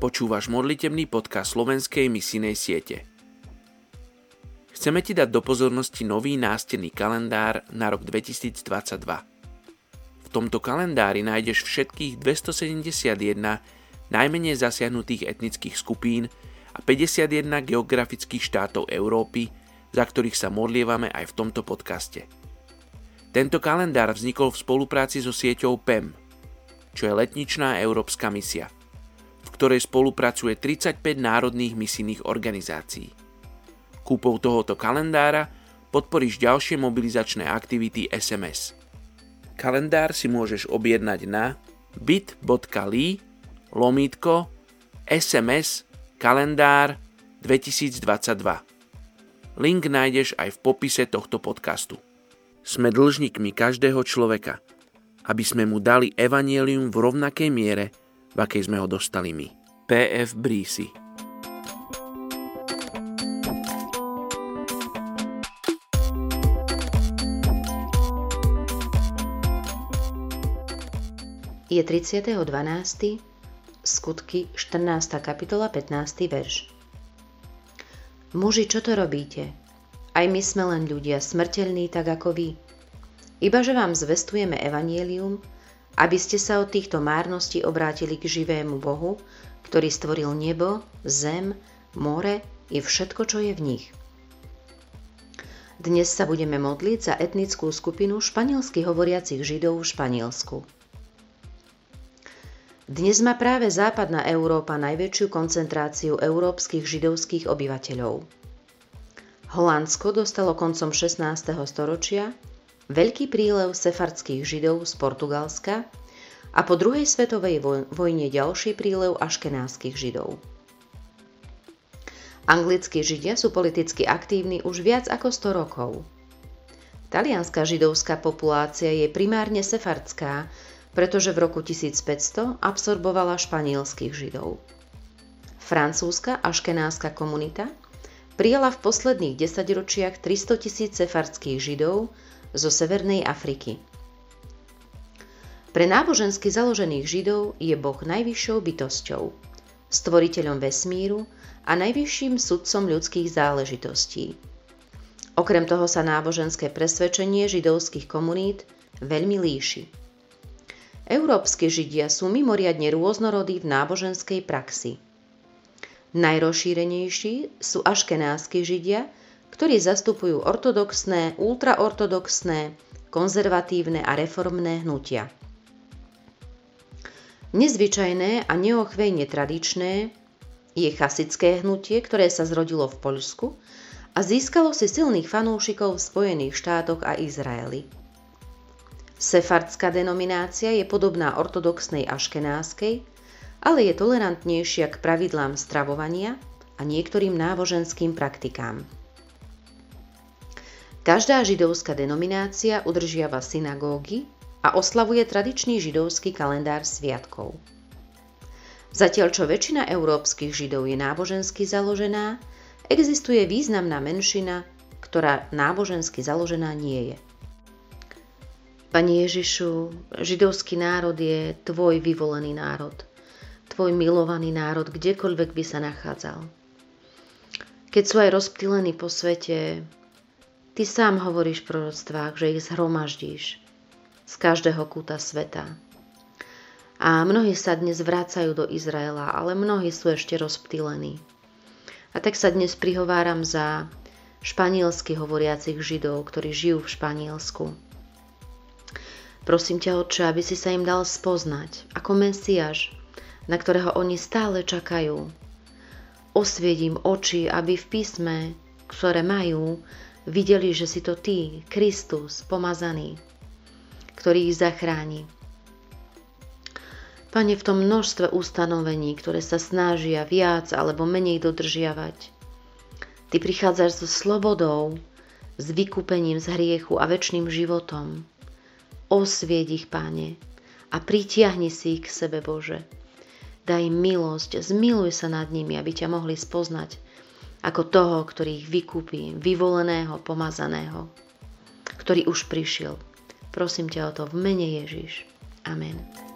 Počúvaš modlitebný podcast Slovenskej misijnej siete. Chceme ti dať do pozornosti nový nástenný kalendár na rok 2022. V tomto kalendári nájdeš všetkých 271 najmenej zasiahnutých etnických skupín a 51 geografických štátov Európy, za ktorých sa modlievame aj v tomto podcaste. Tento kalendár vznikol v spolupráci so sieťou PEM, čo je letničná európska misia, v ktorej spolupracuje 35 národných misijných organizácií. Kúpou tohoto kalendára podporíš ďalšie mobilizačné aktivity SMS. Kalendár si môžeš objednať na bit.ly/SMS kalendár 2022. Link nájdeš aj v popise tohto podcastu. Sme dlžníkmi každého človeka, aby sme mu dali evanjelium v rovnakej miere, v akej sme ho dostali my. P.F. Brísi. Je 30.12. Skutky 14. kapitola 15. verš. Muži, čo to robíte? Aj my sme len ľudia, smrteľní tak ako vy. Ibaže vám zvestujeme evanjelium, aby ste sa od týchto márností obrátili k živému Bohu, ktorý stvoril nebo, zem, more i všetko, čo je v nich. Dnes sa budeme modliť za etnickú skupinu španielsky hovoriacich Židov v Španielsku. Dnes má práve západná Európa najväčšiu koncentráciu európskych židovských obyvateľov. Holandsko dostalo koncom 16. storočia veľký prílev sefardských Židov z Portugalska a po druhej svetovej vojne ďalší prílev aškenázskych Židov. Anglickí Židia sú politicky aktívni už viac ako 100 rokov. Talianska židovská populácia je primárne sefardská, pretože v roku 1500 absorbovala španielskych Židov. Francúzska aškenázska komunita prijala v posledných desaťročiach 300 000 sefardských Židov zo Severnej Afriky. Pre nábožensky založených Židov je Boh najvyššou bytosťou, stvoriteľom vesmíru a najvyšším sudcom ľudských záležitostí. Okrem toho sa náboženské presvedčenie židovských komunít veľmi líši. Európski Židia sú mimoriadne rôznorodí v náboženskej praxi. Najrozšírenejší sú aškenázski Židia, ktorí zastupujú ortodoxné, ultraortodoxné, konzervatívne a reformné hnutia. Nezvyčajné a neochvejne tradičné je chasické hnutie, ktoré sa zrodilo v Poľsku a získalo si silných fanúšikov v Spojených štátoch a Izraeli. Sefardská denominácia je podobná ortodoxnej aškenázskej, ale je tolerantnejšia k pravidlám stravovania a niektorým náboženským praktikám. Každá židovská denominácia udržiava synagógy a oslavuje tradičný židovský kalendár sviatkov. Zatiaľ čo väčšina európskych Židov je nábožensky založená, existuje významná menšina, ktorá nábožensky založená nie je. Pane Ježišu, židovský národ je tvoj vyvolený národ, tvoj milovaný národ, kdekoľvek by sa nachádzal. Keď sú aj rozptýlení po svete, ty sám hovoríš v proroctvách, že ich zhromaždíš z každého kúta sveta. A mnohí sa dnes vracajú do Izraela, ale mnohí sú ešte rozptýlení. A tak sa dnes prihováram za španielsky hovoriacich Židov, ktorí žijú v Španielsku. Prosím ťa, Otče, aby si sa im dal spoznať ako Mesiáš, na ktorého oni stále čakajú. Osvieť im oči, aby v písme, ktoré majú, videli, že si to Ty, Kristus, pomazaný, ktorý ich zachráni. Pane, v tom množstve ustanovení, ktoré sa snažia viac alebo menej dodržiavať, Ty prichádzaš so slobodou, s vykúpením z hriechu a večným životom. Osvieť ich, Pane, a pritiahni si ich k sebe, Bože. Daj milosť, zmiluj sa nad nimi, aby ťa mohli spoznať ako toho, ktorý ich vykúpi, vyvoleného, pomazaného, ktorý už prišiel. Prosím ťa o to v mene Ježiš. Amen.